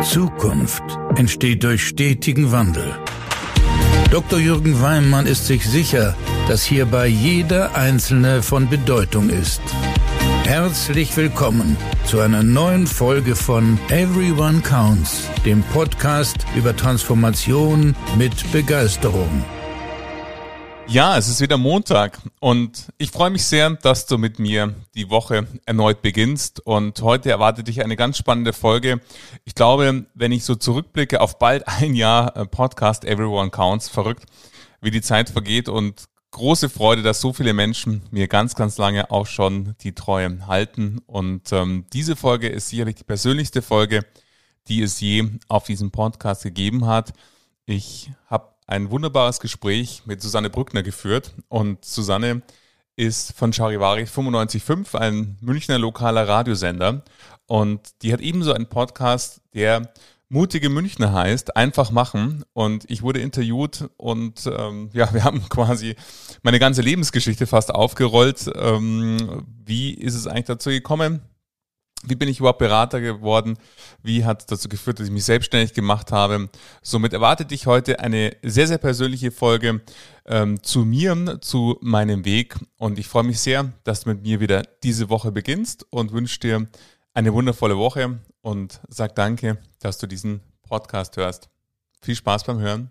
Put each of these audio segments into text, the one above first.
Zukunft entsteht durch stetigen Wandel. Dr. Jürgen Weimann ist sich sicher, dass hierbei jeder Einzelne von Bedeutung ist. Herzlich willkommen zu einer neuen Folge von Everyone Counts, dem Podcast über Transformation mit Begeisterung. Ja, es ist wieder Montag und ich freue mich sehr, dass du mit mir die Woche erneut beginnst und heute erwartet dich eine ganz spannende Folge. Ich glaube, wenn ich so zurückblicke auf bald ein Jahr Podcast Everyone Counts, verrückt, wie die Zeit vergeht und große Freude, dass so viele Menschen mir ganz, ganz lange auch schon die Treue halten und diese Folge ist sicherlich die persönlichste Folge, die es je auf diesem Podcast gegeben hat. Ich habe ein wunderbares Gespräch mit Susanne Brückner geführt und Susanne ist von Charivari 95.5, ein Münchner lokaler Radiosender und die hat ebenso einen Podcast, der Mutige Münchner heißt, einfach machen und ich wurde interviewt und wir haben quasi meine ganze Lebensgeschichte fast aufgerollt. Wie ist es eigentlich dazu gekommen? Wie bin ich überhaupt Berater geworden? Wie hat es dazu geführt, dass ich mich selbstständig gemacht habe? Somit erwartet dich heute eine sehr, sehr persönliche Folge zu mir, zu meinem Weg. Und ich freue mich sehr, dass du mit mir wieder diese Woche beginnst und wünsche dir eine wundervolle Woche und sag danke, dass du diesen Podcast hörst. Viel Spaß beim Hören.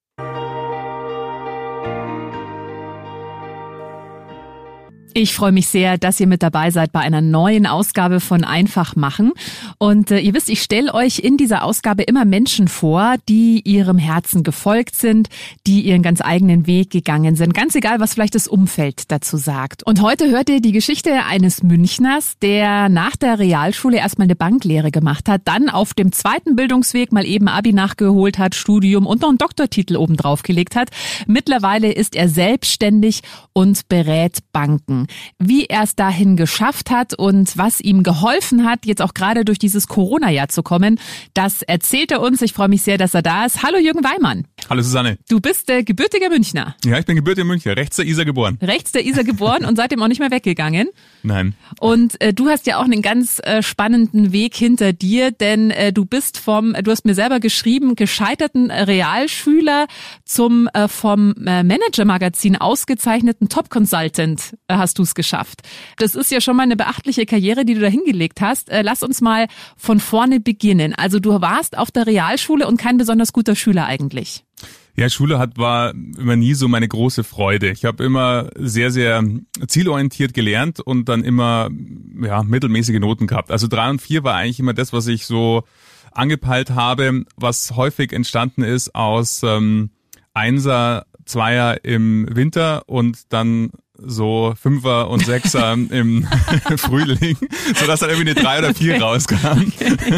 Ich freue mich sehr, dass ihr mit dabei seid bei einer neuen Ausgabe von Einfach machen. Und ihr wisst, ich stelle euch in dieser Ausgabe immer Menschen vor, die ihrem Herzen gefolgt sind, die ihren ganz eigenen Weg gegangen sind. Ganz egal, was vielleicht das Umfeld dazu sagt. Und heute hört ihr die Geschichte eines Münchners, der nach der Realschule erstmal eine Banklehre gemacht hat, dann auf dem zweiten Bildungsweg mal eben Abi nachgeholt hat, Studium und noch einen Doktortitel obendrauf gelegt hat. Mittlerweile ist er selbstständig und berät Banken. Wie er es dahin geschafft hat und was ihm geholfen hat, jetzt auch gerade durch dieses Corona-Jahr zu kommen, das erzählt er uns. Ich freue mich sehr, dass er da ist. Hallo Jürgen Weimann. Hallo Susanne. Du bist gebürtiger Münchner. Ja, ich bin gebürtiger Münchner, rechts der Isar geboren. Rechts der Isar geboren und seitdem auch nicht mehr weggegangen. Nein. Und du hast ja auch einen ganz spannenden Weg hinter dir, denn du bist du hast mir selber geschrieben, gescheiterten Realschüler zum vom Manager-Magazin ausgezeichneten Top-Consultant hast du es geschafft. Das ist ja schon mal eine beachtliche Karriere, die du da hingelegt hast. Lass uns mal von vorne beginnen. Also du warst auf der Realschule und kein besonders guter Schüler eigentlich. Ja, Schule war immer nie so meine große Freude. Ich habe immer sehr, sehr zielorientiert gelernt und dann immer mittelmäßige Noten gehabt. Also 3 und 4 war eigentlich immer das, was ich so angepeilt habe, was häufig entstanden ist aus Einser, Zweier im Winter und dann so 5er und 6er im Frühling, sodass dann irgendwie eine 3 oder 4 rauskam.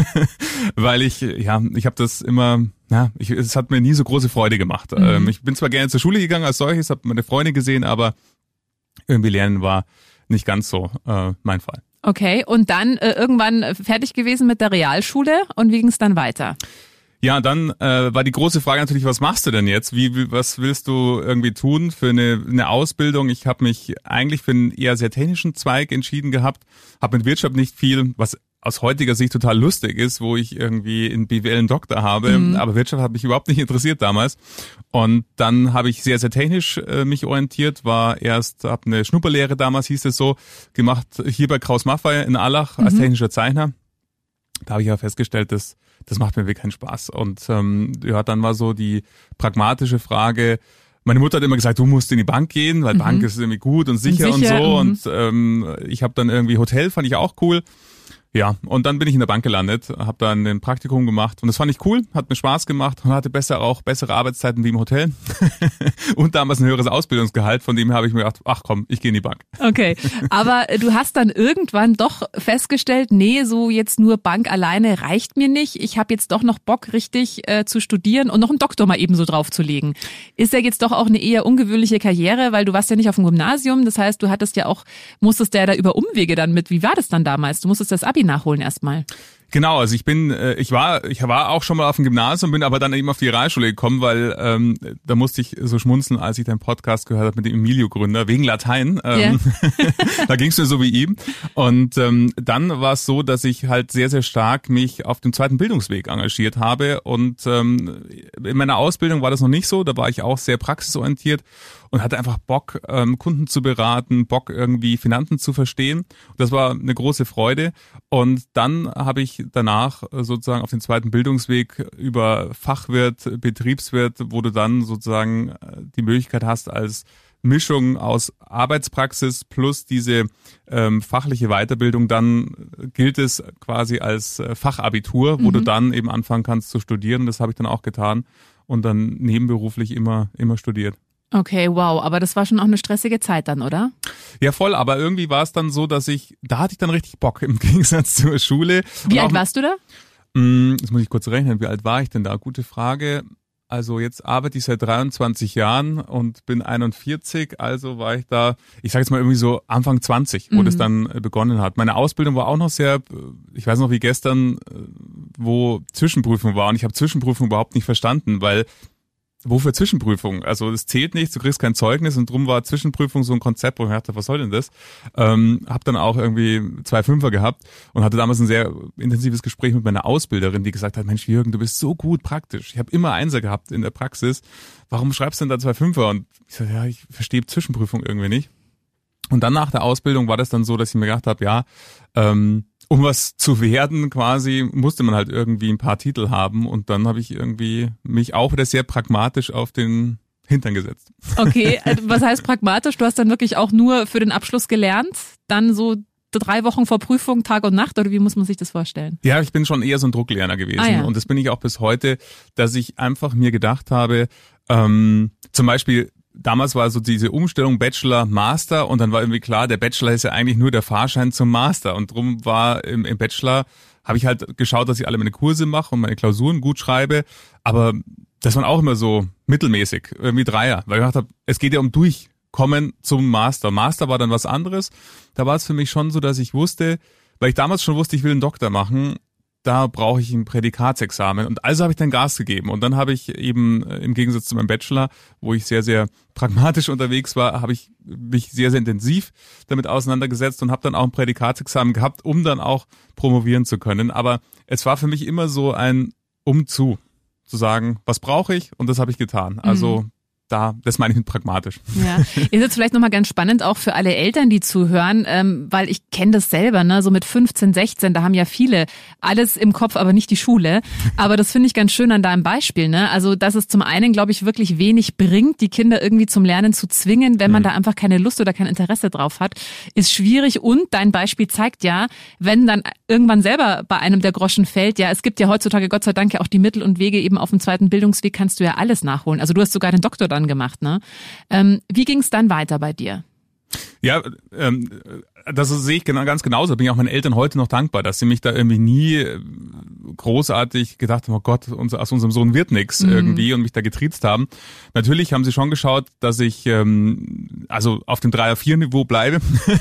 Weil ich habe das immer, es hat mir nie so große Freude gemacht. Ich bin zwar gerne zur Schule gegangen als solches, habe meine Freunde gesehen, aber irgendwie Lernen war nicht ganz so mein Fall. Okay, und dann irgendwann fertig gewesen mit der Realschule und wie ging es dann weiter? Ja, dann war die große Frage natürlich, was machst du denn jetzt? Was willst du irgendwie tun für eine Ausbildung? Ich habe mich eigentlich für einen eher sehr technischen Zweig entschieden gehabt, habe mit Wirtschaft nicht viel, was aus heutiger Sicht total lustig ist, wo ich irgendwie in BWL einen Doktor habe, aber Wirtschaft hat mich überhaupt nicht interessiert damals. Und dann habe ich sehr, sehr technisch mich orientiert, habe eine Schnupperlehre damals, hieß es so, gemacht hier bei Kraus Maffei in Allach als technischer Zeichner. Da habe ich ja festgestellt, das macht mir wirklich keinen Spaß. Und dann war so die pragmatische Frage, meine Mutter hat immer gesagt, du musst in die Bank gehen, weil Bank ist irgendwie gut und sicher und so. Und ich habe dann irgendwie Hotel, fand ich auch cool. Ja, und dann bin ich in der Bank gelandet, habe dann ein Praktikum gemacht und das fand ich cool, hat mir Spaß gemacht und hatte bessere Arbeitszeiten wie im Hotel und damals ein höheres Ausbildungsgehalt, von dem habe ich mir gedacht, ach komm, ich gehe in die Bank. Okay, aber du hast dann irgendwann doch festgestellt, nee, so jetzt nur Bank alleine reicht mir nicht, ich habe jetzt doch noch Bock richtig zu studieren und noch einen Doktor mal eben so draufzulegen. Ist ja jetzt doch auch eine eher ungewöhnliche Karriere, weil du warst ja nicht auf dem Gymnasium, das heißt, musstest ja da über Umwege dann wie war das dann damals? Du musstest das Abi nachholen erstmal. Genau, also ich war auch schon mal auf dem Gymnasium, bin aber dann eben auf die Realschule gekommen, weil da musste ich so schmunzeln, als ich deinen Podcast gehört habe mit dem Emilio-Gründer, wegen Latein. Da ging es mir so wie ihm. Und dann war es so, dass ich halt sehr, sehr stark mich auf dem zweiten Bildungsweg engagiert habe. Und in meiner Ausbildung war das noch nicht so, da war ich auch sehr praxisorientiert und hatte einfach Bock, Kunden zu beraten, Bock irgendwie Finanzen zu verstehen. Das war eine große Freude. Und dann habe ich danach sozusagen auf den zweiten Bildungsweg über Fachwirt, Betriebswirt, wo du dann sozusagen die Möglichkeit hast, als Mischung aus Arbeitspraxis plus diese fachliche Weiterbildung, dann gilt es quasi als Fachabitur, wo du dann eben anfangen kannst zu studieren. Das habe ich dann auch getan und dann nebenberuflich immer studiert. Okay, wow, aber das war schon auch eine stressige Zeit dann, oder? Ja, voll, aber irgendwie war es dann so, da hatte ich dann richtig Bock im Gegensatz zur Schule. Wie alt warst du da? Jetzt muss ich kurz rechnen, wie alt war ich denn da? Gute Frage. Also jetzt arbeite ich seit 23 Jahren und bin 41, also war ich da, ich sage jetzt mal irgendwie so Anfang 20, wo das dann begonnen hat. Meine Ausbildung war auch noch sehr, ich weiß noch wie gestern, wo Zwischenprüfung war und ich habe Zwischenprüfung überhaupt nicht verstanden, weil wofür Zwischenprüfung? Also es zählt nichts, du kriegst kein Zeugnis und drum war Zwischenprüfung so ein Konzept, wo ich dachte, was soll denn das? Hab dann auch irgendwie 2 Fünfer gehabt und hatte damals ein sehr intensives Gespräch mit meiner Ausbilderin, die gesagt hat, Mensch Jürgen, du bist so gut praktisch. Ich habe immer Einser gehabt in der Praxis. Warum schreibst du denn da 2 Fünfer? Und ich sage, ja, ich verstehe Zwischenprüfung irgendwie nicht. Und dann nach der Ausbildung war das dann so, dass ich mir gedacht habe, ja, um was zu werden quasi, musste man halt irgendwie ein paar Titel haben und dann habe ich irgendwie mich auch wieder sehr pragmatisch auf den Hintern gesetzt. Okay, was heißt pragmatisch? Du hast dann wirklich auch nur für den Abschluss gelernt, dann so 3 Wochen vor Prüfung, Tag und Nacht, oder wie muss man sich das vorstellen? Ja, ich bin schon eher so ein Drucklerner gewesen und das bin ich auch bis heute, dass ich einfach mir gedacht habe, zum Beispiel damals war so diese Umstellung Bachelor, Master und dann war irgendwie klar, der Bachelor ist ja eigentlich nur der Fahrschein zum Master und drum war im Bachelor, habe ich halt geschaut, dass ich alle meine Kurse mache und meine Klausuren gut schreibe, aber das waren auch immer so mittelmäßig, irgendwie Dreier, weil ich gedacht habe, es geht ja um Durchkommen zum Master. Master war dann was anderes, da war es für mich schon so, dass ich wusste, weil ich damals schon wusste, ich will einen Doktor machen, da brauche ich ein Prädikatsexamen und also habe ich dann Gas gegeben und dann habe ich eben im Gegensatz zu meinem Bachelor, wo ich sehr, sehr pragmatisch unterwegs war, habe ich mich sehr, sehr intensiv damit auseinandergesetzt und habe dann auch ein Prädikatsexamen gehabt, um dann auch promovieren zu können, aber es war für mich immer so ein zu sagen, was brauche ich und das habe ich getan, also das meine ich mit pragmatisch. Ja, ist jetzt vielleicht nochmal ganz spannend auch für alle Eltern, die zuhören, weil ich kenne das selber, ne, so mit 15, 16, da haben ja viele alles im Kopf, aber nicht die Schule. Aber das finde ich ganz schön an deinem Beispiel, ne? Also, dass es zum einen, glaube ich, wirklich wenig bringt, die Kinder irgendwie zum Lernen zu zwingen, wenn man da einfach keine Lust oder kein Interesse drauf hat, ist schwierig. Und dein Beispiel zeigt ja, wenn dann irgendwann selber bei einem der Groschen fällt, ja, es gibt ja heutzutage Gott sei Dank ja auch die Mittel und Wege, eben auf dem zweiten Bildungsweg kannst du ja alles nachholen. Also du hast sogar den Doktor dann gemacht, ne? Wie ging es dann weiter bei dir? Ja, das sehe ich ganz genauso. Bin ich auch meinen Eltern heute noch dankbar, dass sie mich da irgendwie nie großartig gedacht haben, oh Gott, aus unserem Sohn wird nichts irgendwie und mich da getriezt haben. Natürlich haben sie schon geschaut, dass ich also auf dem 3er-4-Niveau bleibe.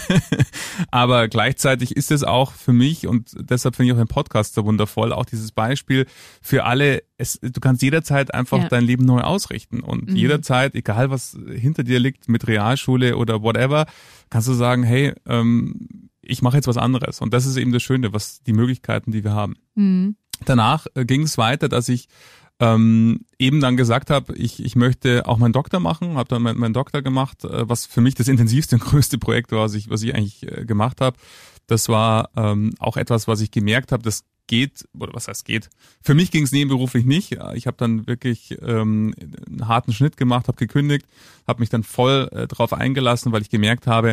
Aber gleichzeitig ist es auch für mich, und deshalb finde ich auch den Podcast so wundervoll, auch dieses Beispiel für alle, du kannst jederzeit einfach dein Leben neu ausrichten und jederzeit, egal was hinter dir liegt, mit Realschule oder whatever, kannst du sagen, hey, ich mache jetzt was anderes. Und das ist eben das Schöne, was die Möglichkeiten, die wir haben. Danach ging es weiter, dass ich eben dann gesagt habe, ich möchte auch meinen Doktor machen, habe dann meinen Doktor gemacht, was für mich das intensivste und größte Projekt war, was ich eigentlich gemacht habe. Das war auch etwas, was ich gemerkt habe, das geht, oder was heißt geht? Für mich ging es nebenberuflich nicht. Ich habe dann wirklich einen harten Schnitt gemacht, habe gekündigt, habe mich dann voll drauf eingelassen, weil ich gemerkt habe,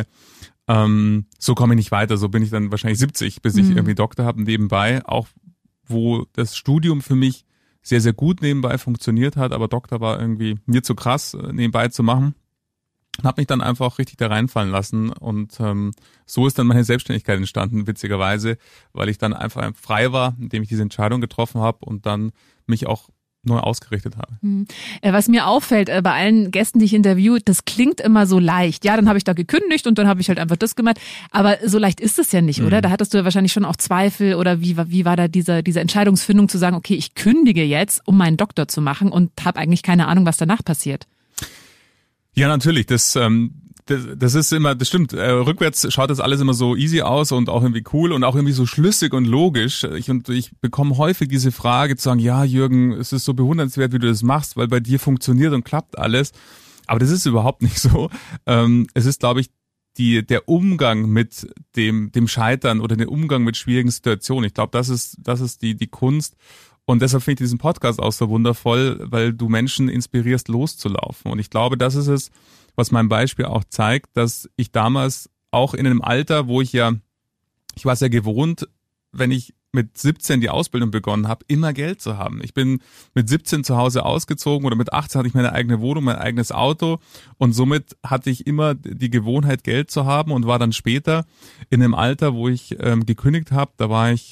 so komme ich nicht weiter. So bin ich dann wahrscheinlich 70, bis ich irgendwie Doktor habe nebenbei, auch wo das Studium für mich sehr, sehr gut nebenbei funktioniert hat, aber Doktor war irgendwie mir zu krass nebenbei zu machen. Habe mich dann einfach richtig da reinfallen lassen und so ist dann meine Selbstständigkeit entstanden, witzigerweise, weil ich dann einfach frei war, indem ich diese Entscheidung getroffen habe und dann mich auch neu ausgerichtet habe. Was mir auffällt bei allen Gästen, die ich interviewe, das klingt immer so leicht. Ja, dann habe ich da gekündigt und dann habe ich halt einfach das gemacht. Aber so leicht ist es ja nicht, oder? Da hattest du ja wahrscheinlich schon auch Zweifel oder wie war da diese Entscheidungsfindung zu sagen, okay, ich kündige jetzt, um meinen Doktor zu machen und habe eigentlich keine Ahnung, was danach passiert. Ja, natürlich. Das ist immer, das stimmt. Rückwärts schaut das alles immer so easy aus und auch irgendwie cool und auch irgendwie so schlüssig und logisch. Ich bekomme häufig diese Frage zu sagen, ja, Jürgen, es ist so bewundernswert, wie du das machst, weil bei dir funktioniert und klappt alles. Aber das ist überhaupt nicht so. Es ist, glaube ich, der Umgang mit dem Scheitern oder der Umgang mit schwierigen Situationen. Ich glaube, das ist die Kunst. Und deshalb finde ich diesen Podcast auch so wundervoll, weil du Menschen inspirierst, loszulaufen. Und ich glaube, das ist es, was mein Beispiel auch zeigt, dass ich damals auch in einem Alter, wo ich war sehr gewohnt, wenn ich mit 17 die Ausbildung begonnen habe, immer Geld zu haben. Ich bin mit 17 zu Hause ausgezogen oder mit 18 hatte ich meine eigene Wohnung, mein eigenes Auto und somit hatte ich immer die Gewohnheit, Geld zu haben und war dann später in einem Alter, wo ich gekündigt habe, da war ich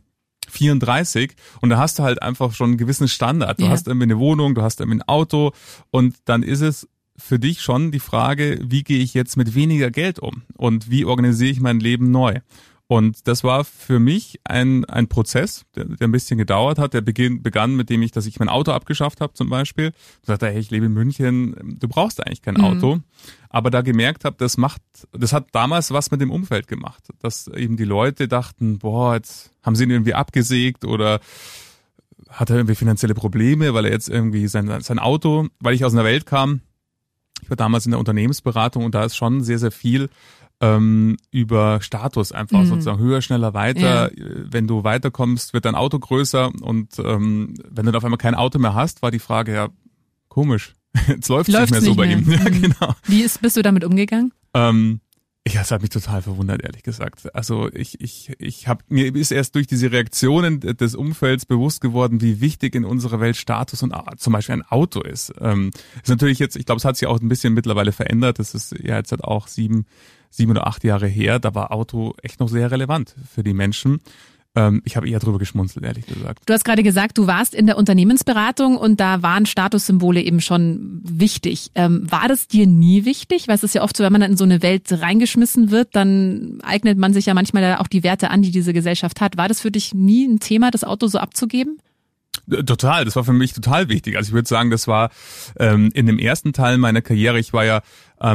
34 und da hast du halt einfach schon einen gewissen Standard. Du hast irgendwie eine Wohnung, du hast irgendwie ein Auto und dann ist es für dich schon die Frage, wie gehe ich jetzt mit weniger Geld um und wie organisiere ich mein Leben neu? Und das war für mich ein Prozess, der ein bisschen gedauert hat. Der begann mit dem dass ich mein Auto abgeschafft habe zum Beispiel. Ich sagte, hey, ich lebe in München, du brauchst eigentlich kein Auto. Aber da gemerkt habe, das hat damals was mit dem Umfeld gemacht. Dass eben die Leute dachten, boah, jetzt haben sie ihn irgendwie abgesägt oder hat er irgendwie finanzielle Probleme, weil er jetzt irgendwie sein Auto, weil ich aus einer Welt kam. Ich war damals in der Unternehmensberatung und da ist schon sehr, sehr viel über Status einfach sozusagen höher, schneller, weiter. Ja. Wenn du weiterkommst, wird dein Auto größer und wenn du dann auf einmal kein Auto mehr hast, war die Frage ja komisch. Jetzt läuft's nicht mehr so bei ihm. Ja, genau. Wie bist du damit umgegangen? Es hat mich total verwundert, ehrlich gesagt. Also mir ist erst durch diese Reaktionen des Umfelds bewusst geworden, wie wichtig in unserer Welt Status und zum Beispiel ein Auto ist. Ist natürlich jetzt, ich glaube, es hat sich auch ein bisschen mittlerweile verändert. Das ist ja jetzt halt auch 7 oder 8 Jahre her. Da war Auto echt noch sehr relevant für die Menschen. Ich habe eher drüber geschmunzelt, ehrlich gesagt. Du hast gerade gesagt, du warst in der Unternehmensberatung und da waren Statussymbole eben schon wichtig. War das dir nie wichtig? Weil es ist ja oft so, wenn man dann in so eine Welt reingeschmissen wird, dann eignet man sich ja manchmal auch die Werte an, die diese Gesellschaft hat. War das für dich nie ein Thema, das Auto so abzugeben? Total, das war für mich total wichtig. Also ich würde sagen, das war in dem ersten Teil meiner Karriere, ich war ja nach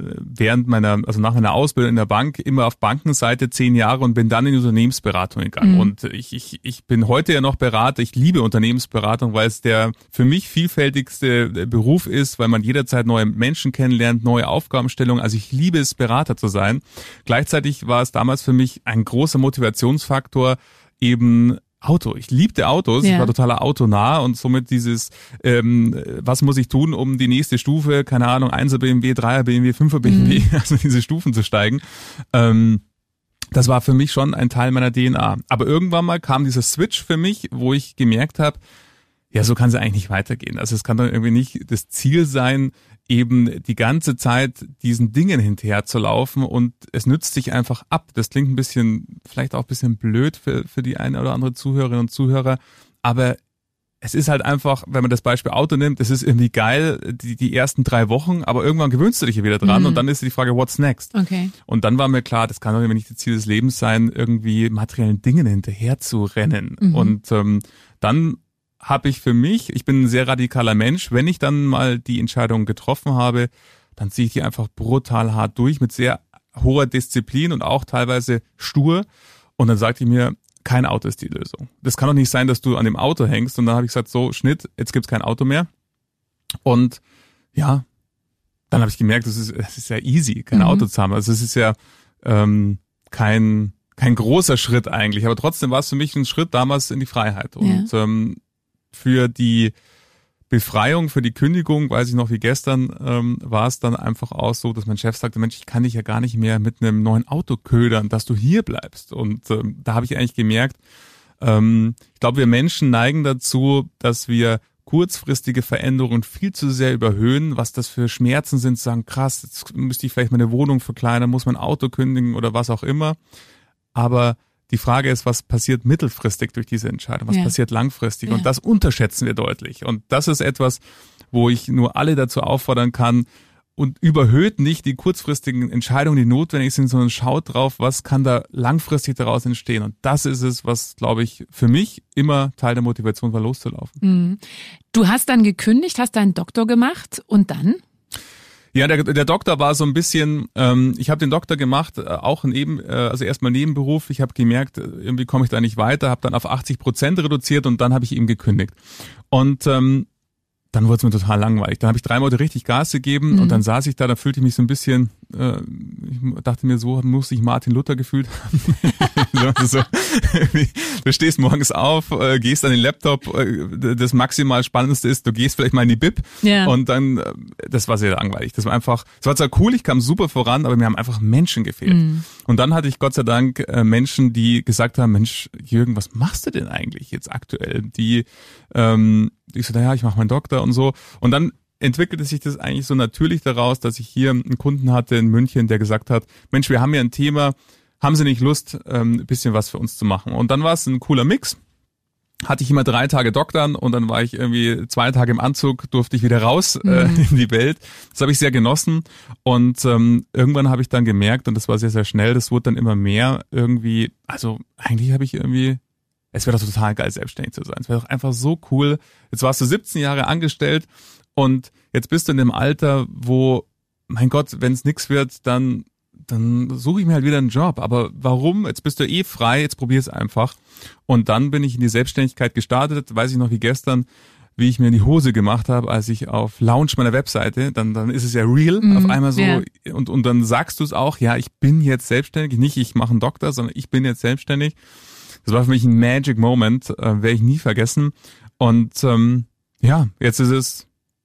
meiner Ausbildung in der Bank immer auf Bankenseite 10 Jahre und bin dann in die Unternehmensberatung gegangen. Und ich bin heute ja noch Berater, ich liebe Unternehmensberatung, weil es der für mich vielfältigste Beruf ist, weil man jederzeit neue Menschen kennenlernt, neue Aufgabenstellungen. Also ich liebe es, Berater zu sein. Gleichzeitig war es damals für mich ein großer Motivationsfaktor, eben Auto. Ich liebte Autos, Ich war totaler autonah und somit dieses, was muss ich tun, um die nächste Stufe, keine Ahnung, 1er BMW, 3er BMW, 5er BMW, also diese Stufen zu steigen. Das war für mich schon ein Teil meiner DNA. Aber irgendwann mal kam dieser Switch für mich, wo ich gemerkt habe, ja, so kann es eigentlich nicht weitergehen. Also es kann doch irgendwie nicht das Ziel sein, eben die ganze Zeit diesen Dingen hinterher zu laufen und es nützt sich einfach ab. Das klingt vielleicht auch ein bisschen blöd für die eine oder andere Zuhörerin und Zuhörer, aber es ist halt einfach, wenn man das Beispiel Auto nimmt, es ist irgendwie geil, die ersten 3 Wochen, aber irgendwann gewöhnst du dich ja wieder dran und dann ist die Frage, what's next? Okay. Und dann war mir klar, das kann doch nicht das Ziel des Lebens sein, irgendwie materiellen Dingen hinterher zu rennen. Und dann habe ich für mich, ich bin ein sehr radikaler Mensch, wenn ich dann mal die Entscheidung getroffen habe, dann ziehe ich die einfach brutal hart durch mit sehr hoher Disziplin und auch teilweise stur. Und dann sagte ich mir, kein Auto ist die Lösung. Das kann doch nicht sein, dass du an dem Auto hängst. Und dann habe ich gesagt, so, Schnitt, jetzt gibt's kein Auto mehr. Und ja, dann habe ich gemerkt, das ist ja easy, kein Auto zu haben. Also es ist ja kein großer Schritt eigentlich. Aber trotzdem war es für mich ein Schritt damals in die Freiheit. Und für die Befreiung, für die Kündigung, weiß ich noch wie gestern, war es dann einfach auch so, dass mein Chef sagte, Mensch, ich kann dich ja gar nicht mehr mit einem neuen Auto ködern, dass du hier bleibst. Und da habe ich eigentlich gemerkt, ich glaube, wir Menschen neigen dazu, dass wir kurzfristige Veränderungen viel zu sehr überhöhen, was das für Schmerzen sind, zu sagen, krass, jetzt müsste ich vielleicht meine Wohnung verkleinern, muss mein Auto kündigen oder was auch immer. Aber Die Frage ist, was passiert mittelfristig durch diese Entscheidung? Was passiert langfristig? Ja. Und das unterschätzen wir deutlich. Und das ist etwas, wo ich nur alle dazu auffordern kann, und überhöht nicht die kurzfristigen Entscheidungen, die notwendig sind, sondern schaut drauf, was kann da langfristig daraus entstehen. Und das ist es, was, glaube ich, für mich immer Teil der Motivation war, loszulaufen. Mhm. Du hast dann gekündigt, hast deinen Doktor gemacht und dann? Ja, der Doktor war so ein bisschen, ich habe den Doktor gemacht, auch also erstmal Nebenberuf. Ich habe gemerkt, irgendwie komme ich da nicht weiter, habe dann auf 80% reduziert und dann habe ich ihm gekündigt. Und dann wurde es mir total langweilig. Dann habe ich 3 Monate richtig Gas gegeben und dann saß ich da fühlte ich mich so ein bisschen, ich dachte mir, so muss sich Martin Luther gefühlt haben. Du stehst morgens auf, gehst an den Laptop, das maximal Spannendste ist, du gehst vielleicht mal in die Bib und dann, das war sehr langweilig. Das war zwar cool, ich kam super voran, aber mir haben einfach Menschen gefehlt. Und dann hatte ich Gott sei Dank Menschen, die gesagt haben, Mensch, Jürgen, was machst du denn eigentlich jetzt aktuell? Ich so, naja, ich mache meinen Doktor und so. Und dann entwickelte sich das eigentlich so natürlich daraus, dass ich hier einen Kunden hatte in München, der gesagt hat, Mensch, wir haben hier ein Thema, haben Sie nicht Lust, ein bisschen was für uns zu machen? Und dann war es ein cooler Mix. Hatte ich immer 3 Tage Doktern und dann war ich irgendwie 2 Tage im Anzug, durfte ich wieder raus in die Welt. Das habe ich sehr genossen und irgendwann habe ich dann gemerkt, und das war sehr, sehr schnell, das wurde dann immer mehr irgendwie, also eigentlich habe ich irgendwie, es wäre doch total geil, selbstständig zu sein. Es wäre doch einfach so cool. Jetzt warst du 17 Jahre angestellt und jetzt bist du in dem Alter, wo, mein Gott, wenn es nichts wird, dann suche ich mir halt wieder einen Job. Aber warum? Jetzt bist du frei, jetzt probier es einfach. Und dann bin ich in die Selbstständigkeit gestartet, weiß ich noch wie gestern, wie ich mir in die Hose gemacht habe, als ich auf Launch meiner Webseite, dann ist es ja real, auf einmal so, und dann sagst du es auch, ja, ich bin jetzt selbstständig, nicht ich mache einen Doktor, sondern ich bin jetzt selbstständig. Das war für mich ein Magic Moment, werde ich nie vergessen. Und jetzt ist es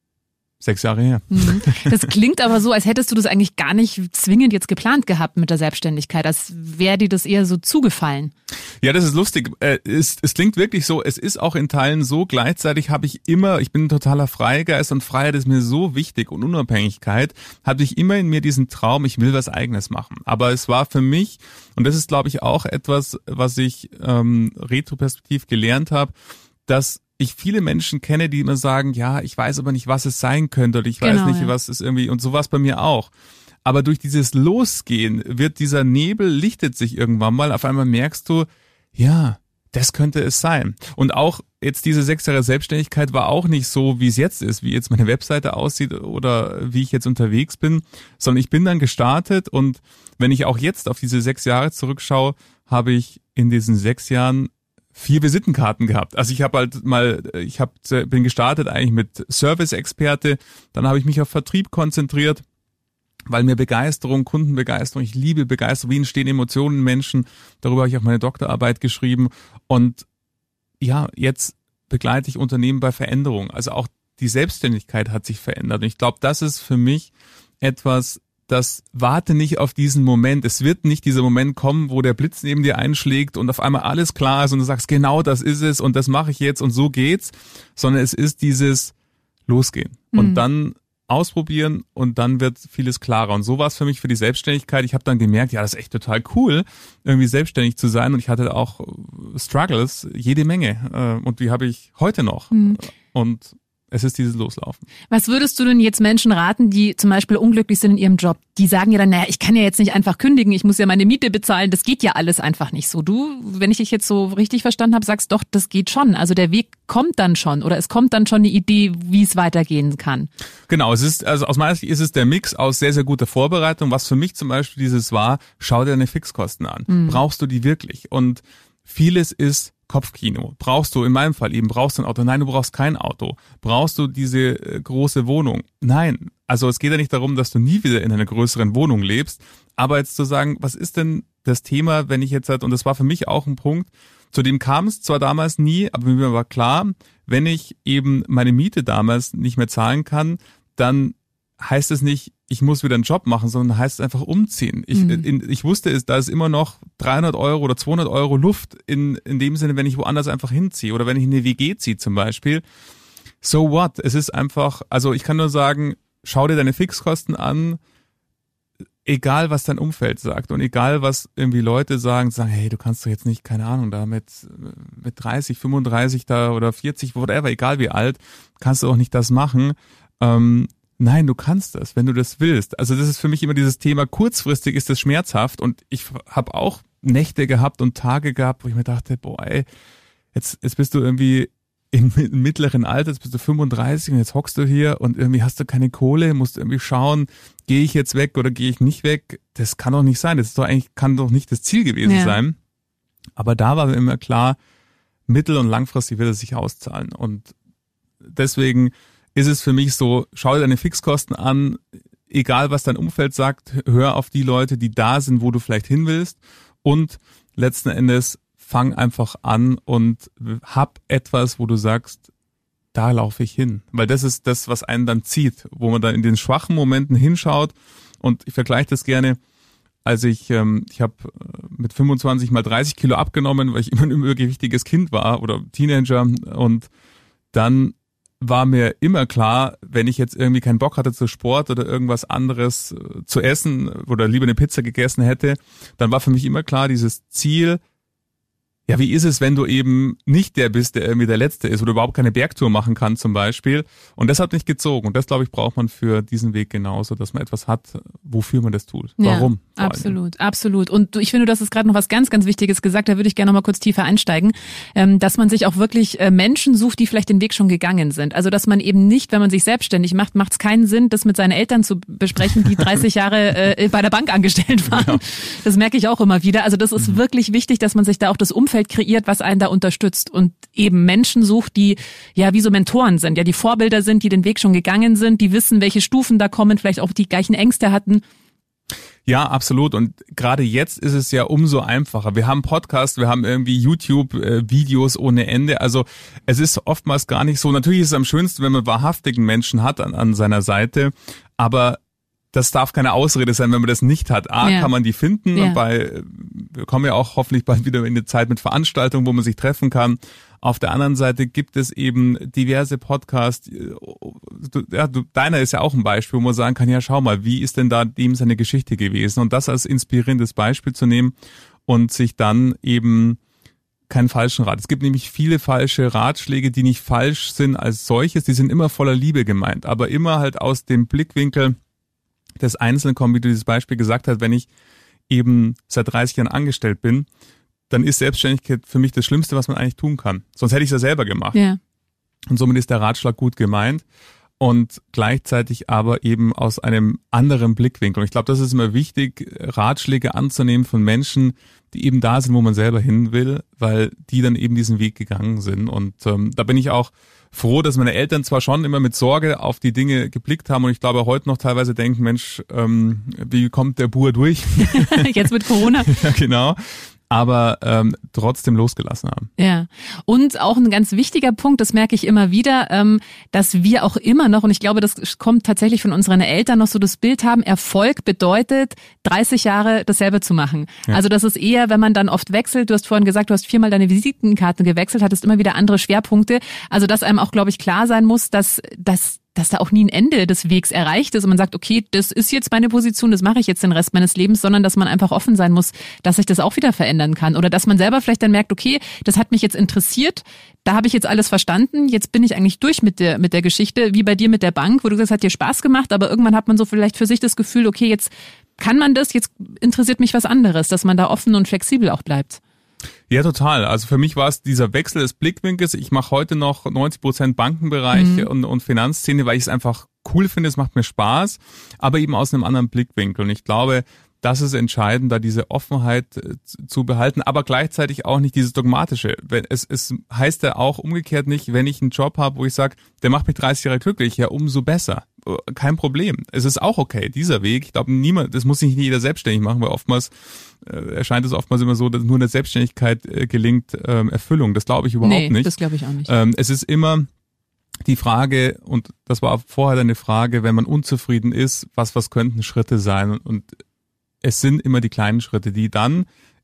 6 Jahre her. Das klingt aber so, als hättest du das eigentlich gar nicht zwingend jetzt geplant gehabt mit der Selbstständigkeit, als wäre dir das eher so zugefallen. Ja, das ist lustig. Es klingt wirklich so, es ist auch in Teilen so, gleichzeitig ich bin ein totaler Freigeist und Freiheit ist mir so wichtig und Unabhängigkeit, hatte ich immer in mir diesen Traum, ich will was Eigenes machen. Aber es war für mich, und das ist glaube ich auch etwas, was ich retroperspektiv gelernt habe, dass ich viele Menschen kenne, die immer sagen, ja, ich weiß aber nicht, was es sein könnte oder ich weiß nicht, was es irgendwie, und so war es bei mir auch. Aber durch dieses Losgehen wird dieser Nebel, lichtet sich irgendwann mal, auf einmal merkst du, ja, das könnte es sein. Und auch jetzt diese 6 Jahre Selbstständigkeit war auch nicht so, wie es jetzt ist, wie jetzt meine Webseite aussieht oder wie ich jetzt unterwegs bin, sondern ich bin dann gestartet und wenn ich auch jetzt auf diese 6 Jahre zurückschaue, habe ich in diesen 6 Jahren 4 Visitenkarten gehabt. Also ich habe bin gestartet eigentlich mit Service-Experte, dann habe ich mich auf Vertrieb konzentriert, weil mir Begeisterung, Kundenbegeisterung, ich liebe Begeisterung, wie entstehen Emotionen in Menschen, darüber habe ich auch meine Doktorarbeit geschrieben und ja, jetzt begleite ich Unternehmen bei Veränderung. Also auch die Selbstständigkeit hat sich verändert und ich glaube, das ist für mich etwas, warte nicht auf diesen Moment. Es wird nicht dieser Moment kommen, wo der Blitz neben dir einschlägt und auf einmal alles klar ist und du sagst, genau das ist es und das mache ich jetzt und so geht's, sondern es ist dieses Losgehen und dann ausprobieren und dann wird vieles klarer. Und so war es für mich für die Selbstständigkeit. Ich habe dann gemerkt, ja, das ist echt total cool, irgendwie selbstständig zu sein und ich hatte auch Struggles, jede Menge und die habe ich heute noch und es ist dieses Loslaufen. Was würdest du denn jetzt Menschen raten, die zum Beispiel unglücklich sind in ihrem Job? Die sagen ja dann, naja, ich kann ja jetzt nicht einfach kündigen, ich muss ja meine Miete bezahlen, das geht ja alles einfach nicht so. Du, wenn ich dich jetzt so richtig verstanden habe, sagst doch, das geht schon. Also der Weg kommt dann schon oder es kommt dann schon eine Idee, wie es weitergehen kann. Genau, also aus meiner Sicht ist es der Mix aus sehr, sehr guter Vorbereitung. Was für mich zum Beispiel dieses war, schau dir deine Fixkosten an. Brauchst du die wirklich? Und vieles ist Kopfkino. Brauchst du, in meinem Fall eben, brauchst du ein Auto? Nein, du brauchst kein Auto. Brauchst du diese große Wohnung? Nein. Also es geht ja nicht darum, dass du nie wieder in einer größeren Wohnung lebst, aber jetzt zu sagen, was ist denn das Thema, wenn ich jetzt und das war für mich auch ein Punkt, zu dem kam es zwar damals nie, aber mir war klar, wenn ich eben meine Miete damals nicht mehr zahlen kann, dann heißt es nicht, ich muss wieder einen Job machen, sondern heißt es einfach umziehen. Ich wusste da ist immer noch 300 Euro oder 200 Euro Luft in dem Sinne, wenn ich woanders einfach hinziehe oder wenn ich in eine WG ziehe zum Beispiel. So what? Es ist einfach, also ich kann nur sagen, schau dir deine Fixkosten an, egal was dein Umfeld sagt und egal was irgendwie Leute sagen, hey, du kannst doch jetzt nicht, keine Ahnung, da mit 30, 35 da oder 40, whatever, egal wie alt, kannst du auch nicht das machen. Nein, du kannst das, wenn du das willst. Also das ist für mich immer dieses Thema, kurzfristig ist das schmerzhaft und ich habe auch Nächte gehabt und Tage gehabt, wo ich mir dachte, jetzt bist du irgendwie im mittleren Alter, jetzt bist du 35 und jetzt hockst du hier und irgendwie hast du keine Kohle, musst irgendwie schauen, gehe ich jetzt weg oder gehe ich nicht weg? Das kann doch nicht sein, kann doch nicht das Ziel gewesen sein. Aber da war mir immer klar, mittel- und langfristig wird es sich auszahlen und deswegen ist es für mich so, schau dir deine Fixkosten an, egal was dein Umfeld sagt, hör auf die Leute, die da sind, wo du vielleicht hin willst und letzten Endes fang einfach an und hab etwas, wo du sagst, da laufe ich hin. Weil das ist das, was einen dann zieht, wo man dann in den schwachen Momenten hinschaut und ich vergleiche das gerne, als ich habe mit 25 mal 30 Kilo abgenommen, weil ich immer ein übergewichtiges Kind war oder Teenager und dann war mir immer klar, wenn ich jetzt irgendwie keinen Bock hatte zu Sport oder irgendwas anderes zu essen oder lieber eine Pizza gegessen hätte, dann war für mich immer klar, dieses Ziel, ja, wie ist es, wenn du eben nicht der bist, der irgendwie der Letzte ist oder überhaupt keine Bergtour machen kann zum Beispiel. Und das hat mich gezogen. Und das, glaube ich, braucht man für diesen Weg genauso, dass man etwas hat, wofür man das tut. Warum? Ja, absolut. Und ich finde, du hast es gerade noch was ganz, ganz Wichtiges gesagt. Da würde ich gerne noch mal kurz tiefer einsteigen. Dass man sich auch wirklich Menschen sucht, die vielleicht den Weg schon gegangen sind. Also, dass man eben nicht, wenn man sich selbstständig macht, macht es keinen Sinn, das mit seinen Eltern zu besprechen, die 30 Jahre bei der Bank angestellt waren. Ja. Das merke ich auch immer wieder. Also, das ist wirklich wichtig, dass man sich da auch das Umfeld kreiert, was einen da unterstützt und eben Menschen sucht, die ja wie so Mentoren sind, ja die Vorbilder sind, die den Weg schon gegangen sind, die wissen, welche Stufen da kommen, vielleicht auch die gleichen Ängste hatten. Ja, absolut. Und gerade jetzt ist es ja umso einfacher. Wir haben Podcasts, wir haben irgendwie YouTube-Videos ohne Ende. Also es ist oftmals gar nicht so. Natürlich ist es am schönsten, wenn man wahrhaftigen Menschen hat an seiner Seite, aber das darf keine Ausrede sein, wenn man das nicht hat. Kann man die finden. Ja. Wir kommen ja auch hoffentlich bald wieder in eine Zeit mit Veranstaltungen, wo man sich treffen kann. Auf der anderen Seite gibt es eben diverse Podcasts. Deiner ist ja auch ein Beispiel, wo man sagen kann, ja schau mal, wie ist denn da dem seine Geschichte gewesen? Und das als inspirierendes Beispiel zu nehmen und sich dann eben keinen falschen Rat. Es gibt nämlich viele falsche Ratschläge, die nicht falsch sind als solches. Die sind immer voller Liebe gemeint, aber immer halt aus dem Blickwinkel des Einzelnen kommen, wie du dieses Beispiel gesagt hast, wenn ich eben seit 30 Jahren angestellt bin, dann ist Selbstständigkeit für mich das Schlimmste, was man eigentlich tun kann. Sonst hätte ich es ja selber gemacht. Ja. Und somit ist der Ratschlag gut gemeint und gleichzeitig aber eben aus einem anderen Blickwinkel. Und ich glaube, das ist immer wichtig, Ratschläge anzunehmen von Menschen, die eben da sind, wo man selber hin will, weil die dann eben diesen Weg gegangen sind. Und da bin ich auch froh, dass meine Eltern zwar schon immer mit Sorge auf die Dinge geblickt haben und ich glaube heute noch teilweise denken, Mensch, wie kommt der Bur durch? Jetzt mit Corona. Ja, genau. Aber trotzdem losgelassen haben. Ja, und auch ein ganz wichtiger Punkt, das merke ich immer wieder, dass wir auch immer noch, und ich glaube, das kommt tatsächlich von unseren Eltern noch so das Bild haben, Erfolg bedeutet, 30 Jahre dasselbe zu machen. Ja. Also das ist eher, wenn man dann oft wechselt, du hast vorhin gesagt, du hast 4-mal deine Visitenkarte gewechselt, hattest immer wieder andere Schwerpunkte. Also dass einem auch, glaube ich, klar sein muss, dass da auch nie ein Ende des Wegs erreicht ist und man sagt, okay, das ist jetzt meine Position, das mache ich jetzt den Rest meines Lebens, sondern dass man einfach offen sein muss, dass sich das auch wieder verändern kann oder dass man selber vielleicht dann merkt, okay, das hat mich jetzt interessiert, da habe ich jetzt alles verstanden, jetzt bin ich eigentlich durch mit der Geschichte, wie bei dir mit der Bank, wo du gesagt hast, hat dir Spaß gemacht, aber irgendwann hat man so vielleicht für sich das Gefühl, okay, jetzt kann man das, jetzt interessiert mich was anderes, dass man da offen und flexibel auch bleibt. Ja, total. Also für mich war es dieser Wechsel des Blickwinkels. Ich mache heute noch 90% Bankenbereich und Finanzszene, weil ich es einfach cool finde, es macht mir Spaß, aber eben aus einem anderen Blickwinkel. Und ich glaube, das ist entscheidend, da diese Offenheit zu behalten, aber gleichzeitig auch nicht dieses Dogmatische. Es heißt ja auch umgekehrt nicht, wenn ich einen Job habe, wo ich sage, der macht mich 30 Jahre glücklich, ja umso besser. Kein Problem. Es ist auch okay, dieser Weg. Ich glaube, das muss sich nicht jeder selbstständig machen, weil oftmals erscheint es oftmals immer so, dass nur in der Selbstständigkeit gelingt Erfüllung. Das glaube ich überhaupt nicht. Das glaube ich auch nicht. Es ist immer die Frage, und das war vorher eine Frage, wenn man unzufrieden ist, was könnten Schritte sein? Und es sind immer die kleinen Schritte, die dann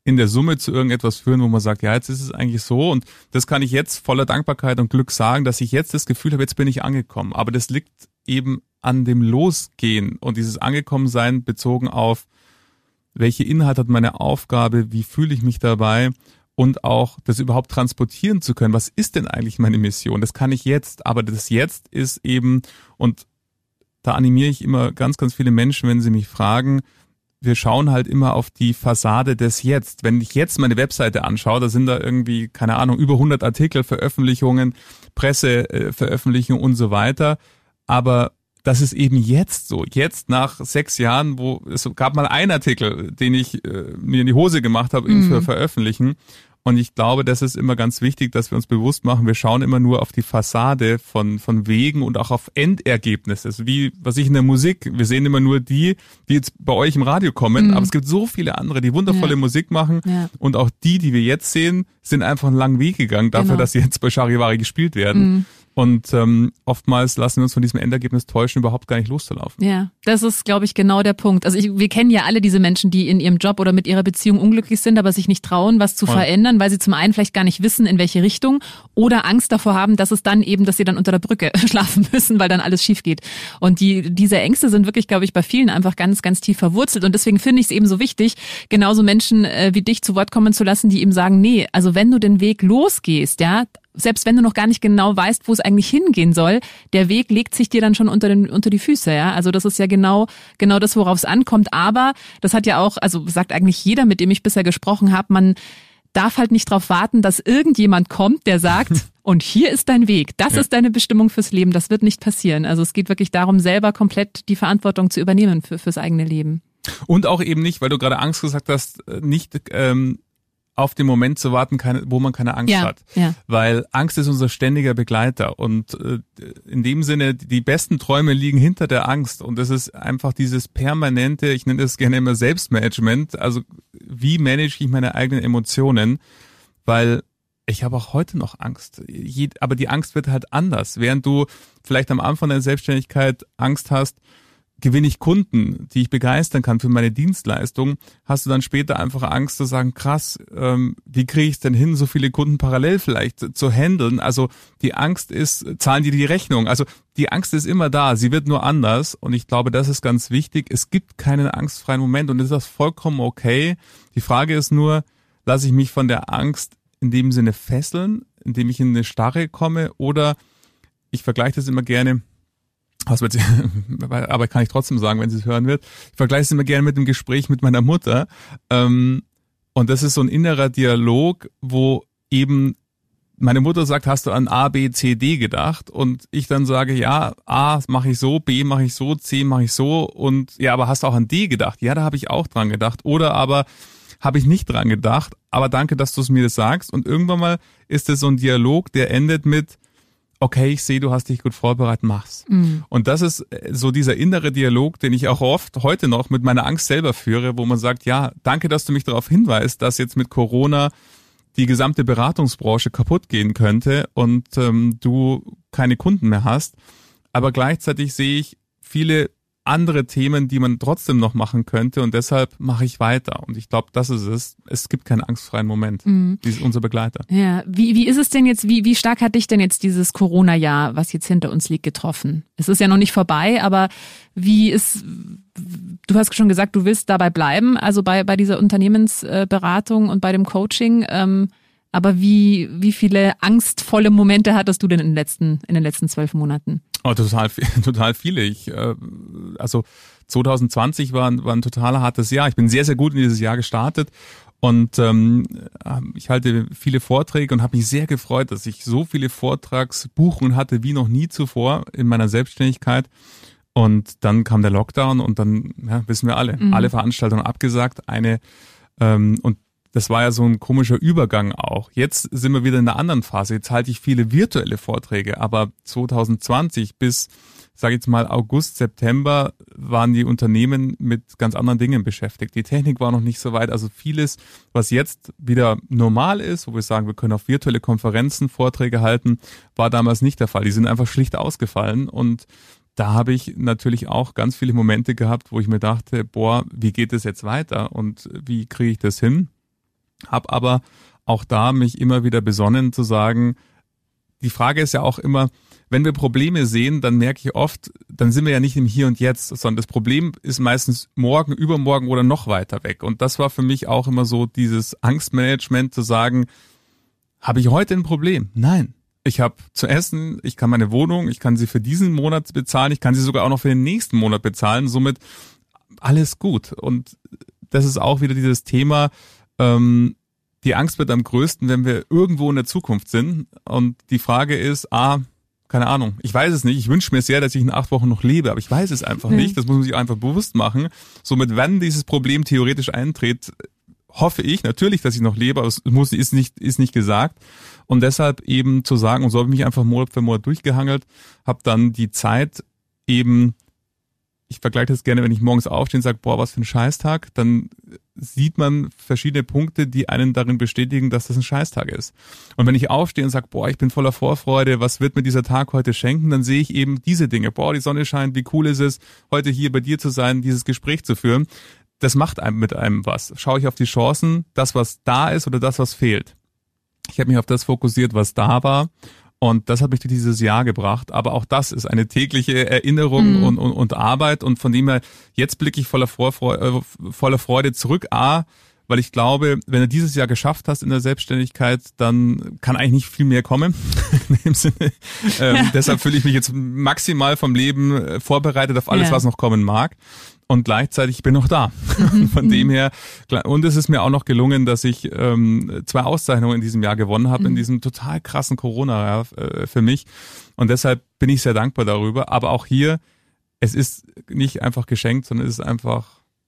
in der Summe zu irgendetwas führen, wo man sagt, ja, jetzt ist es eigentlich so und das kann ich jetzt voller Dankbarkeit und Glück sagen, dass ich jetzt das Gefühl habe, jetzt bin ich angekommen. Aber das liegt eben an dem Losgehen und dieses Angekommensein bezogen auf, welche Inhalt hat meine Aufgabe, wie fühle ich mich dabei und auch das überhaupt transportieren zu können. Was ist denn eigentlich meine Mission? Das kann ich jetzt, aber das Jetzt ist eben, und da animiere ich immer ganz, ganz viele Menschen, wenn sie mich fragen, wir schauen halt immer auf die Fassade des Jetzt. Wenn ich jetzt meine Webseite anschaue, da sind da irgendwie, keine Ahnung, über 100 Artikel, Veröffentlichungen, Presseveröffentlichungen und so weiter. Aber das ist eben jetzt so. Jetzt nach 6 Jahren, wo es gab mal einen Artikel, den ich mir in die Hose gemacht habe, ihn für veröffentlichen. Und ich glaube, das ist immer ganz wichtig, dass wir uns bewusst machen, wir schauen immer nur auf die Fassade von Wegen und auch auf Endergebnisse. Also wie, was ich in der Musik, wir sehen immer nur die jetzt bei euch im Radio kommen, aber es gibt so viele andere, die wundervolle Musik machen und auch die wir jetzt sehen, sind einfach einen langen Weg gegangen dafür, dass sie jetzt bei Charivari gespielt werden. Und oftmals lassen wir uns von diesem Endergebnis täuschen, überhaupt gar nicht loszulaufen. Ja, das ist, glaube ich, genau der Punkt. Also wir kennen ja alle diese Menschen, die in ihrem Job oder mit ihrer Beziehung unglücklich sind, aber sich nicht trauen, was zu verändern, weil sie zum einen vielleicht gar nicht wissen, in welche Richtung oder Angst davor haben, dass es dann eben, dass sie dann unter der Brücke schlafen müssen, weil dann alles schief geht. Und diese Ängste sind wirklich, glaube ich, bei vielen einfach ganz, ganz tief verwurzelt. Und deswegen finde ich es eben so wichtig, genauso Menschen wie dich zu Wort kommen zu lassen, die eben sagen, nee, also wenn du den Weg losgehst, ja, selbst wenn du noch gar nicht genau weißt, wo es eigentlich hingehen soll, der Weg legt sich dir dann schon unter die Füße, ja. Also das ist ja genau das, worauf es ankommt. Aber das hat ja auch, also sagt eigentlich jeder, mit dem ich bisher gesprochen habe, man darf halt nicht darauf warten, dass irgendjemand kommt, der sagt, und hier ist dein Weg, das ist deine Bestimmung fürs Leben. Das wird nicht passieren. Also es geht wirklich darum, selber komplett die Verantwortung zu übernehmen fürs eigene Leben. Und auch eben nicht, weil du gerade Angst gesagt hast, nicht auf den Moment zu warten, wo man keine Angst hat. Ja. Weil Angst ist unser ständiger Begleiter und in dem Sinne, die besten Träume liegen hinter der Angst und das ist einfach dieses permanente, ich nenne das gerne immer Selbstmanagement, also wie manage ich meine eigenen Emotionen, weil ich habe auch heute noch Angst, aber die Angst wird halt anders. Während du vielleicht am Anfang der Selbstständigkeit Angst hast, gewinne ich Kunden, die ich begeistern kann für meine Dienstleistung, hast du dann später einfach Angst zu sagen, krass, wie kriege ich es denn hin, so viele Kunden parallel vielleicht zu handeln? Also die Angst ist, zahlen die Rechnung? Also die Angst ist immer da, sie wird nur anders und ich glaube, das ist ganz wichtig. Es gibt keinen angstfreien Moment und das ist vollkommen okay. Die Frage ist nur, lasse ich mich von der Angst in dem Sinne fesseln, indem ich in eine Starre komme oder ich vergleiche das immer gerne, aber kann ich trotzdem sagen, wenn sie es hören wird. Ich vergleiche es immer gerne mit einem Gespräch mit meiner Mutter. Und das ist so ein innerer Dialog, wo eben meine Mutter sagt, hast du an A, B, C, D gedacht? Und ich dann sage, ja, A mache ich so, B mache ich so, C mache ich so. Und ja, aber hast du auch an D gedacht? Ja, da habe ich auch dran gedacht. Oder aber habe ich nicht dran gedacht. Aber danke, dass du es mir das sagst. Und irgendwann mal ist es so ein Dialog, der endet mit, okay, ich sehe, du hast dich gut vorbereitet, mach's. Und das ist so dieser innere Dialog, den ich auch oft heute noch mit meiner Angst selber führe, wo man sagt, ja, danke, dass du mich darauf hinweist, dass jetzt mit Corona die gesamte Beratungsbranche kaputt gehen könnte und du keine Kunden mehr hast. Aber gleichzeitig sehe ich viele andere Themen, die man trotzdem noch machen könnte und deshalb mache ich weiter. Und ich glaube, das ist es. Es gibt keinen angstfreien Moment. Die ist unser Begleiter. Ja, wie ist es denn jetzt, wie stark hat dich denn jetzt dieses Corona-Jahr, was jetzt hinter uns liegt, getroffen? Es ist ja noch nicht vorbei, aber du hast schon gesagt, du willst dabei bleiben, also bei dieser Unternehmensberatung und bei dem Coaching. Aber wie viele angstvolle Momente hattest du denn in den letzten 12 Monaten? Oh, total viele. Also 2020 war ein total hartes Jahr. Ich bin sehr, sehr gut in dieses Jahr gestartet und ich halte viele Vorträge und habe mich sehr gefreut, dass ich so viele Vortragsbuchungen hatte wie noch nie zuvor in meiner Selbstständigkeit. Und dann kam der Lockdown und dann, ja, wissen wir alle Veranstaltungen abgesagt. Und das war ja so ein komischer Übergang auch. Jetzt sind wir wieder in einer anderen Phase. Jetzt halte ich viele virtuelle Vorträge, aber 2020 bis, sage ich jetzt mal, August, September waren die Unternehmen mit ganz anderen Dingen beschäftigt. Die Technik war noch nicht so weit. Also vieles, was jetzt wieder normal ist, wo wir sagen, wir können auf virtuelle Konferenzen Vorträge halten, war damals nicht der Fall. Die sind einfach schlicht ausgefallen und da habe ich natürlich auch ganz viele Momente gehabt, wo ich mir dachte, boah, wie geht es jetzt weiter und wie kriege ich das hin? Habe aber auch da mich immer wieder besonnen zu sagen, die Frage ist ja auch immer, wenn wir Probleme sehen, dann merke ich oft, dann sind wir ja nicht im Hier und Jetzt, sondern das Problem ist meistens morgen, übermorgen oder noch weiter weg. Und das war für mich auch immer so dieses Angstmanagement zu sagen, habe ich heute ein Problem? Nein. Ich habe zu essen, ich kann meine Wohnung, ich kann sie für diesen Monat bezahlen, ich kann sie sogar auch noch für den nächsten Monat bezahlen, somit alles gut. Und das ist auch wieder dieses Thema, die Angst wird am größten, wenn wir irgendwo in der Zukunft sind. Und die Frage ist, keine Ahnung, ich weiß es nicht, ich wünsche mir sehr, dass ich in 8 Wochen noch lebe, aber ich weiß es einfach nicht, das muss man sich einfach bewusst machen. Somit, wenn dieses Problem theoretisch eintritt, hoffe ich natürlich, dass ich noch lebe, aber es ist nicht gesagt. Und deshalb eben zu sagen, und so habe ich mich einfach Monat für Monat durchgehangelt, habe dann die Zeit eben, ich vergleiche das gerne, wenn ich morgens aufstehe und sage, boah, was für ein Scheißtag, dann sieht man verschiedene Punkte, die einen darin bestätigen, dass das ein Scheißtag ist. Und wenn ich aufstehe und sage, boah, ich bin voller Vorfreude, was wird mir dieser Tag heute schenken, dann sehe ich eben diese Dinge. Boah, die Sonne scheint, wie cool ist es, heute hier bei dir zu sein, dieses Gespräch zu führen. Das macht einem mit einem was. Schaue ich auf die Chancen, das, was da ist oder das, was fehlt. Ich habe mich auf das fokussiert, was da war. Und das hat mich durch dieses Jahr gebracht. Aber auch das ist eine tägliche Erinnerung und Arbeit. Und von dem her, jetzt blicke ich voller Freude zurück. Weil ich glaube, wenn du dieses Jahr geschafft hast in der Selbstständigkeit, dann kann eigentlich nicht viel mehr kommen. In dem Sinne. Deshalb fühle ich mich jetzt maximal vom Leben vorbereitet auf alles, was noch kommen mag. Und gleichzeitig ich bin noch da. Von dem her, und es ist mir auch noch gelungen, dass ich 2 Auszeichnungen in diesem Jahr gewonnen habe, in diesem total krassen Corona-Jahr für mich. Und deshalb bin ich sehr dankbar darüber. Aber auch hier, es ist nicht einfach geschenkt, sondern es ist einfach,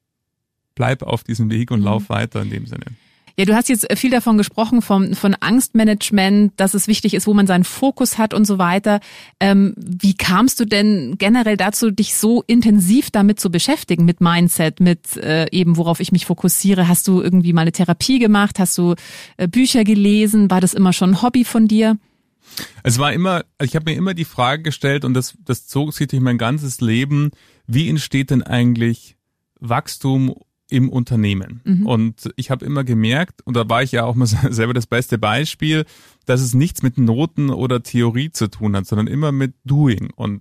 bleib auf diesem Weg und lauf weiter in dem Sinne. Ja, du hast jetzt viel davon gesprochen, von Angstmanagement, dass es wichtig ist, wo man seinen Fokus hat und so weiter. Wie kamst du denn generell dazu, dich so intensiv damit zu beschäftigen, mit Mindset, mit eben, worauf ich mich fokussiere? Hast du irgendwie mal eine Therapie gemacht? Hast du Bücher gelesen? War das immer schon ein Hobby von dir? Es war immer, ich habe mir immer die Frage gestellt, und das zog sich durch mein ganzes Leben, wie entsteht denn eigentlich Wachstum im Unternehmen? Und ich habe immer gemerkt, und da war ich ja auch mal selber das beste Beispiel, dass es nichts mit Noten oder Theorie zu tun hat, sondern immer mit Doing. Und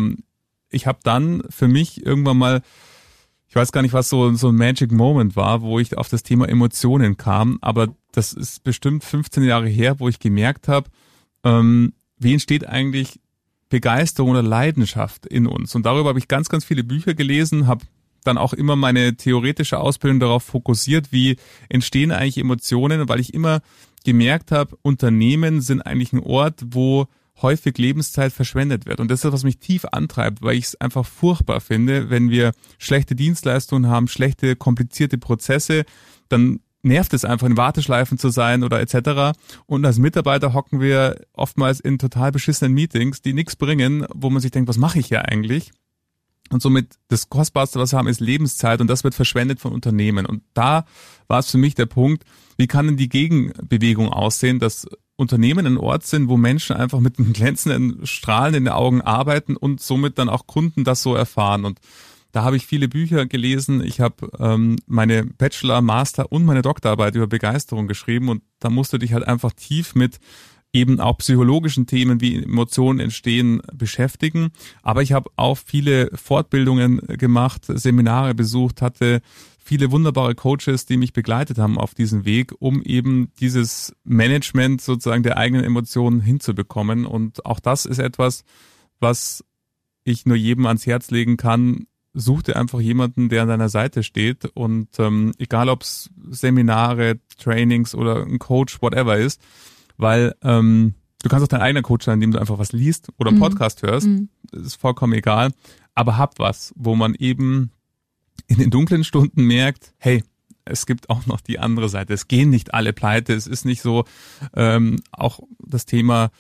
ich habe dann für mich irgendwann mal, ich weiß gar nicht, was so ein Magic Moment war, wo ich auf das Thema Emotionen kam, aber das ist bestimmt 15 Jahre her, wo ich gemerkt habe, wie entsteht eigentlich Begeisterung oder Leidenschaft in uns? Und darüber habe ich ganz, ganz viele Bücher gelesen, habe dann auch immer meine theoretische Ausbildung darauf fokussiert, wie entstehen eigentlich Emotionen, weil ich immer gemerkt habe, Unternehmen sind eigentlich ein Ort, wo häufig Lebenszeit verschwendet wird. Und das ist, was mich tief antreibt, weil ich es einfach furchtbar finde, wenn wir schlechte Dienstleistungen haben, schlechte, komplizierte Prozesse, dann nervt es einfach, in Warteschleifen zu sein oder etc. Und als Mitarbeiter hocken wir oftmals in total beschissenen Meetings, die nichts bringen, wo man sich denkt, was mache ich hier eigentlich? Und somit das Kostbarste, was wir haben, ist Lebenszeit, und das wird verschwendet von Unternehmen. Und da war es für mich der Punkt, wie kann denn die Gegenbewegung aussehen, dass Unternehmen ein Ort sind, wo Menschen einfach mit einem glänzenden Strahlen in den Augen arbeiten und somit dann auch Kunden das so erfahren. Und da habe ich viele Bücher gelesen. Ich habe meine Bachelor-, Master- und meine Doktorarbeit über Begeisterung geschrieben, und da musst du dich halt einfach tief mit eben auch psychologischen Themen, wie Emotionen entstehen, beschäftigen. Aber ich habe auch viele Fortbildungen gemacht, Seminare besucht, hatte viele wunderbare Coaches, die mich begleitet haben auf diesem Weg, um eben dieses Management sozusagen der eigenen Emotionen hinzubekommen. Und auch das ist etwas, was ich nur jedem ans Herz legen kann. Such dir einfach jemanden, der an deiner Seite steht, und egal ob es Seminare, Trainings oder ein Coach, whatever ist, weil du kannst auch dein eigener Coach sein, indem du einfach was liest oder einen Podcast hörst. Das ist vollkommen egal. Aber hab was, wo man eben in den dunklen Stunden merkt, hey, es gibt auch noch die andere Seite. Es gehen nicht alle pleite. Es ist nicht so, auch das Thema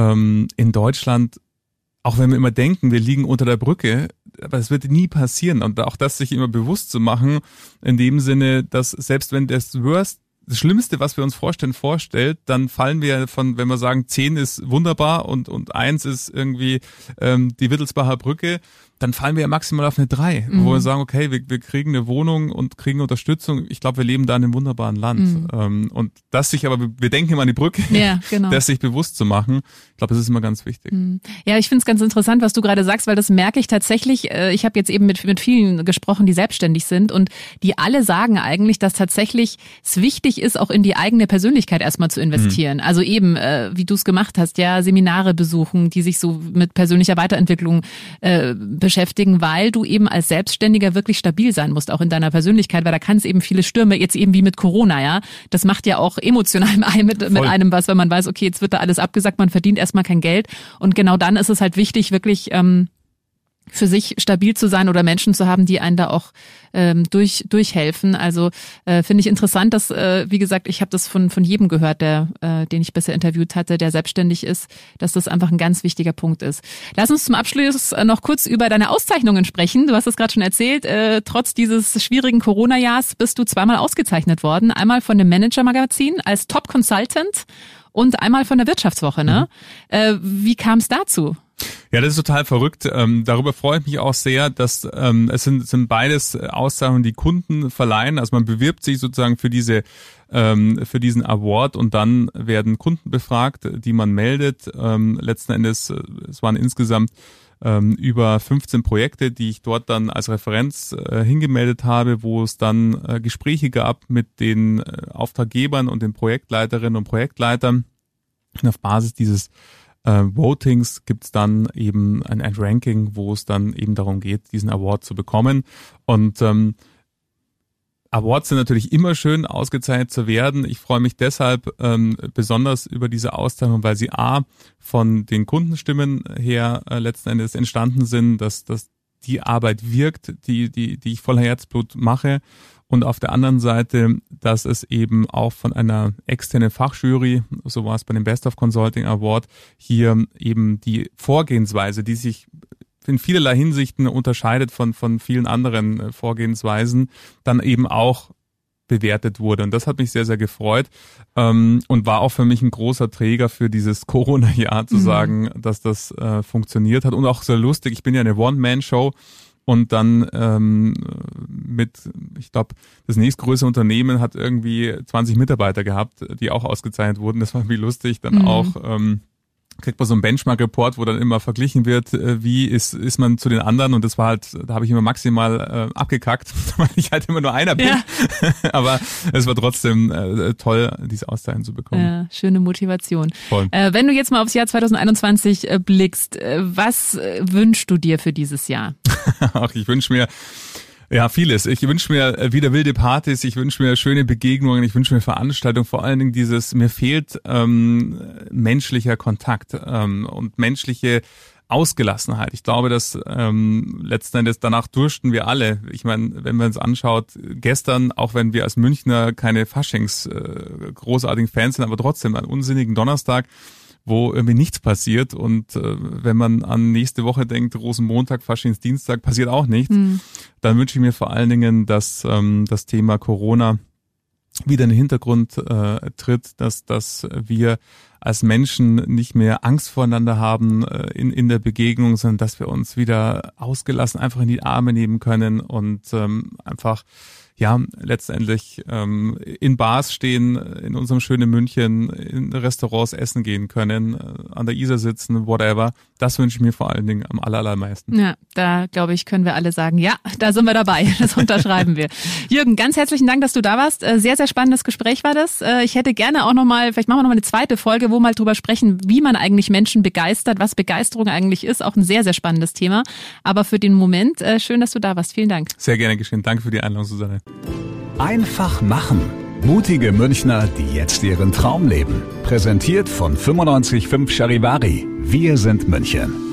in Deutschland, auch wenn wir immer denken, wir liegen unter der Brücke, aber es wird nie passieren. Und auch das sich immer bewusst zu machen, in dem Sinne, dass selbst wenn das das Schlimmste, was wir uns vorstellt, dann fallen wir von, wenn wir sagen, 10 ist wunderbar und 1 ist irgendwie die Wittelsbacher Brücke, dann fallen wir ja maximal auf eine 3, wo wir sagen, okay, wir kriegen eine Wohnung und kriegen Unterstützung. Ich glaube, wir leben da in einem wunderbaren Land. Und das sich aber, wir denken immer an die Brücke, das sich bewusst zu machen. Ich glaube, das ist immer ganz wichtig. Ja, ich finde es ganz interessant, was du gerade sagst, weil das merke ich tatsächlich. Ich habe jetzt eben mit vielen gesprochen, die selbstständig sind und die alle sagen eigentlich, dass tatsächlich es wichtig ist, auch in die eigene Persönlichkeit erstmal zu investieren. Also eben, wie du es gemacht hast, ja, Seminare besuchen, die sich so mit persönlicher Weiterentwicklung beschäftigen, weil du eben als Selbstständiger wirklich stabil sein musst, auch in deiner Persönlichkeit, weil da kann es eben viele Stürme, jetzt eben wie mit Corona, ja, das macht ja auch emotional mit einem was, wenn man weiß, okay, jetzt wird da alles abgesagt, man verdient erstmal kein Geld und genau dann ist es halt wichtig, wirklich für sich stabil zu sein oder Menschen zu haben, die einen da auch durchhelfen. Also finde ich interessant, dass, wie gesagt, ich habe das von jedem gehört, den ich bisher interviewt hatte, der selbstständig ist, dass das einfach ein ganz wichtiger Punkt ist. Lass uns zum Abschluss noch kurz über deine Auszeichnungen sprechen. Du hast es gerade schon erzählt, trotz dieses schwierigen Corona-Jahres bist du zweimal ausgezeichnet worden. Einmal von dem Manager-Magazin als Top Consultant und einmal von der Wirtschaftswoche, ne? Wie kam es dazu? Ja, das ist total verrückt. Darüber freue ich mich auch sehr, dass es sind beides Auszeichnungen, die Kunden verleihen. Also man bewirbt sich sozusagen für diesen Award und dann werden Kunden befragt, die man meldet. Letzten Endes, es waren insgesamt über 15 Projekte, die ich dort dann als Referenz hingemeldet habe, wo es dann Gespräche gab mit den Auftraggebern und den Projektleiterinnen und Projektleitern. Und auf Basis dieses Votings gibt's dann eben ein Ranking, wo es dann eben darum geht, diesen Award zu bekommen. Und Awards sind natürlich immer schön, ausgezeichnet zu werden. Ich freue mich deshalb besonders über diese Auszeichnung, weil sie von den Kundenstimmen her letzten Endes entstanden sind, dass die Arbeit wirkt, die ich voller Herzblut mache. Und auf der anderen Seite, dass es eben auch von einer externen Fachjury, so war es bei dem Best of Consulting Award, hier eben die Vorgehensweise, die sich in vielerlei Hinsichten unterscheidet von vielen anderen Vorgehensweisen, dann eben auch bewertet wurde. Und das hat mich sehr, sehr gefreut und war auch für mich ein großer Träger für dieses Corona-Jahr, zu sagen, dass das funktioniert hat. Und auch sehr lustig, ich bin ja eine One-Man-Show. Und dann ich glaube, das nächstgrößere Unternehmen hat irgendwie 20 Mitarbeiter gehabt, die auch ausgezeichnet wurden. Das war irgendwie lustig. Dann auch kriegt man so einen Benchmark-Report, wo dann immer verglichen wird, wie ist man zu den anderen. Und das war halt, da habe ich immer maximal abgekackt, weil ich halt immer nur einer bin. Ja. Aber es war trotzdem toll, diese Auszeichnung zu bekommen. Ja, schöne Motivation. Voll. Wenn du jetzt mal aufs Jahr 2021 blickst, was wünschst du dir für dieses Jahr? Ach, ich wünsche mir vieles. Ich wünsche mir wieder wilde Partys, ich wünsche mir schöne Begegnungen, ich wünsche mir Veranstaltungen, vor allen Dingen mir fehlt menschlicher Kontakt und menschliche Ausgelassenheit. Ich glaube, dass letzten Endes danach dursten wir alle. Ich meine, wenn man uns anschaut, gestern, auch wenn wir als Münchner keine Faschings großartigen Fans sind, aber trotzdem einen unsinnigen Donnerstag, wo irgendwie nichts passiert und wenn man an nächste Woche denkt, Rosenmontag, Faschingsdienstag, passiert auch nichts, dann wünsche ich mir vor allen Dingen, dass das Thema Corona wieder in den Hintergrund tritt, dass wir als Menschen nicht mehr Angst voreinander haben in der Begegnung, sondern dass wir uns wieder ausgelassen einfach in die Arme nehmen können und einfach letztendlich in Bars stehen, in unserem schönen München, in Restaurants essen gehen können, an der Isar sitzen, whatever. Das wünsche ich mir vor allen Dingen am allermeisten. Ja, da glaube ich, können wir alle sagen, ja, da sind wir dabei. Das unterschreiben wir. Jürgen, ganz herzlichen Dank, dass du da warst. Sehr, sehr spannendes Gespräch war das. Ich hätte gerne auch nochmal, vielleicht machen wir nochmal eine zweite Folge, wo wir mal drüber sprechen, wie man eigentlich Menschen begeistert, was Begeisterung eigentlich ist. Auch ein sehr, sehr spannendes Thema. Aber für den Moment, schön, dass du da warst. Vielen Dank. Sehr gerne geschehen. Danke für die Einladung, Susanne. Einfach machen. Mutige Münchner, die jetzt ihren Traum leben. Präsentiert von 95.5 Charivari. Wir sind München.